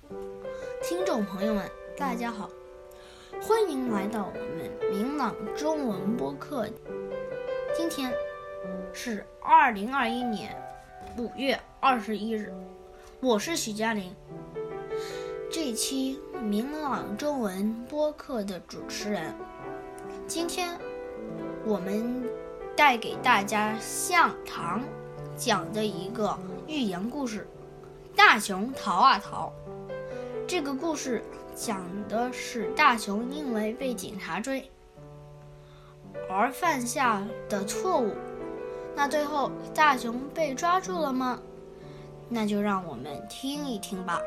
听众朋友们，大家好，欢迎来到我们明朗中文播客。今天是2021年5月21日，我是许嘉玲，这期明朗中文播客的主持人。今天我们带给大家向唐讲的一个寓言故事《大熊逃啊逃》。这个故事讲的是大熊因为被警察追而犯下的错误。那最后大熊被抓住了吗？那就让我们听一听吧。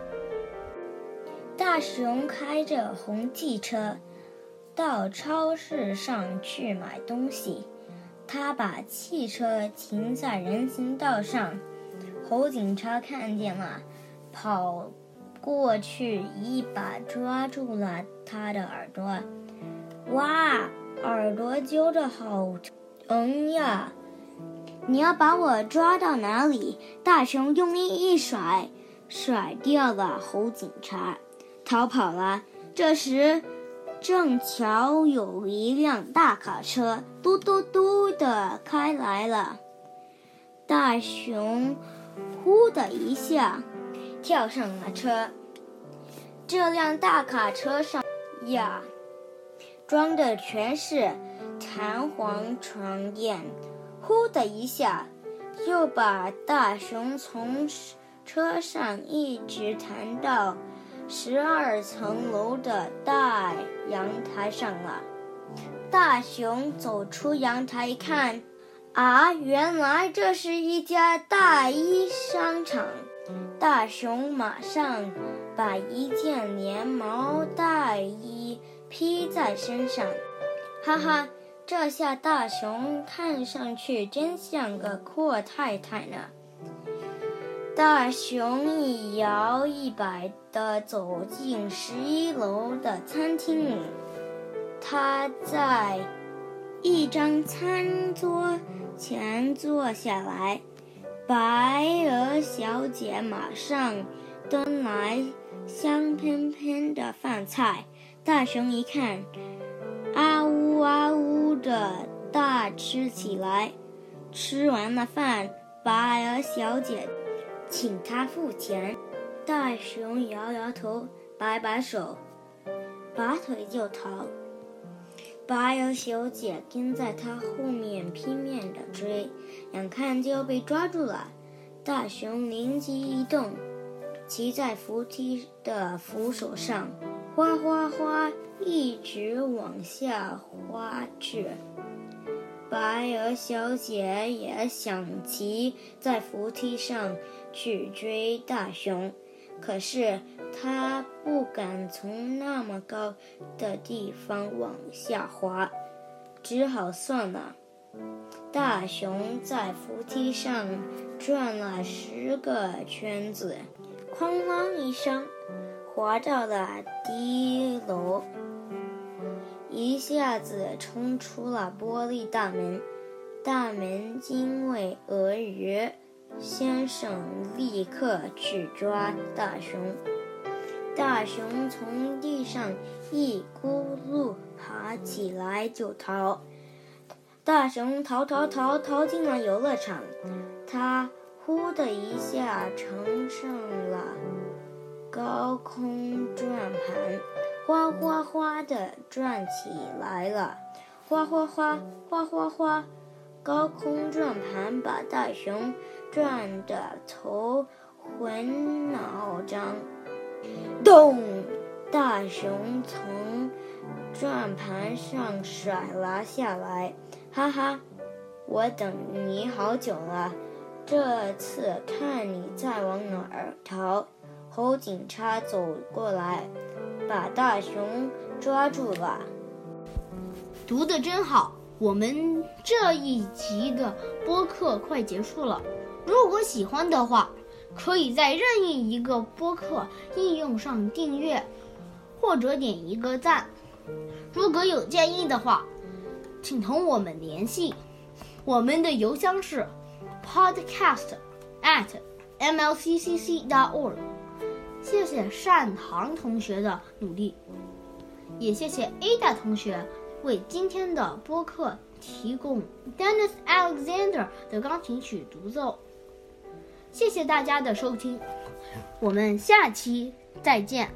大熊开着红汽车到超市上去买东西，他把汽车停在人行道上，猴警察看见了，跑过去一把抓住了他的耳朵。哇，耳朵揪得好疼呀！你要把我抓到哪里？大熊用力一甩，甩掉了猴警察，逃跑了。这时正巧有一辆大卡车嘟嘟嘟地开来了，大熊呼的一下跳上了车。这辆大卡车上呀，装的全是弹簧床垫，呼的一下就把大熊从车上一直弹到12层楼的大阳台上了。大熊走出阳台一看，原来这是一家大衣商场。大熊马上把一件连毛大衣披在身上，哈哈，这下大熊看上去真像个阔太太呢。大熊一摇一摆地走进11楼的餐厅里，他在一张餐桌前坐下来。白鹅小姐马上端来香喷喷的饭菜，大熊一看，啊呜啊呜的大吃起来。吃完了饭，白鹅小姐请他付钱，大熊摇摇头，摆摆手，拔腿就逃。白鹅小姐跟在他后面拼命地追，眼看就被抓住了。大熊灵机一动，骑在扶梯的扶手上，哗哗哗一直往下滑去。白鹅小姐也想骑在扶梯上去追大熊，可是她不敢从那么高的地方往下滑，只好算了。大熊在扶梯上转了10个圈子，哐啷一声滑到了第1楼，一下子冲出了玻璃大门。大门因为鳄鱼先生立刻去抓大熊，大熊从地上一咕噜爬起来就逃。大熊逃进了游乐场，他呼的一下乘上了高空转盘，哗哗哗地转起来了，哗哗哗哗哗哗，高空转盘把大熊转得头昏脑胀。咚！大熊从转盘上甩了下来，哈哈，我等你好久了，这次看你再往哪儿逃。猴警察走过来，把大熊抓住了。 读得真好，我们这一集的播客快结束了。如果喜欢的话，可以在任意一个播客应用上订阅，或者点一个赞。如果有建议的话，请同我们联系，我们的邮箱是 podcast@mlccc.org。 谢谢单唐同学的努力，也谢谢 Ada 同学为今天的播客提供 Dennis Alexander 的钢琴曲独奏。谢谢大家的收听，我们下期再见。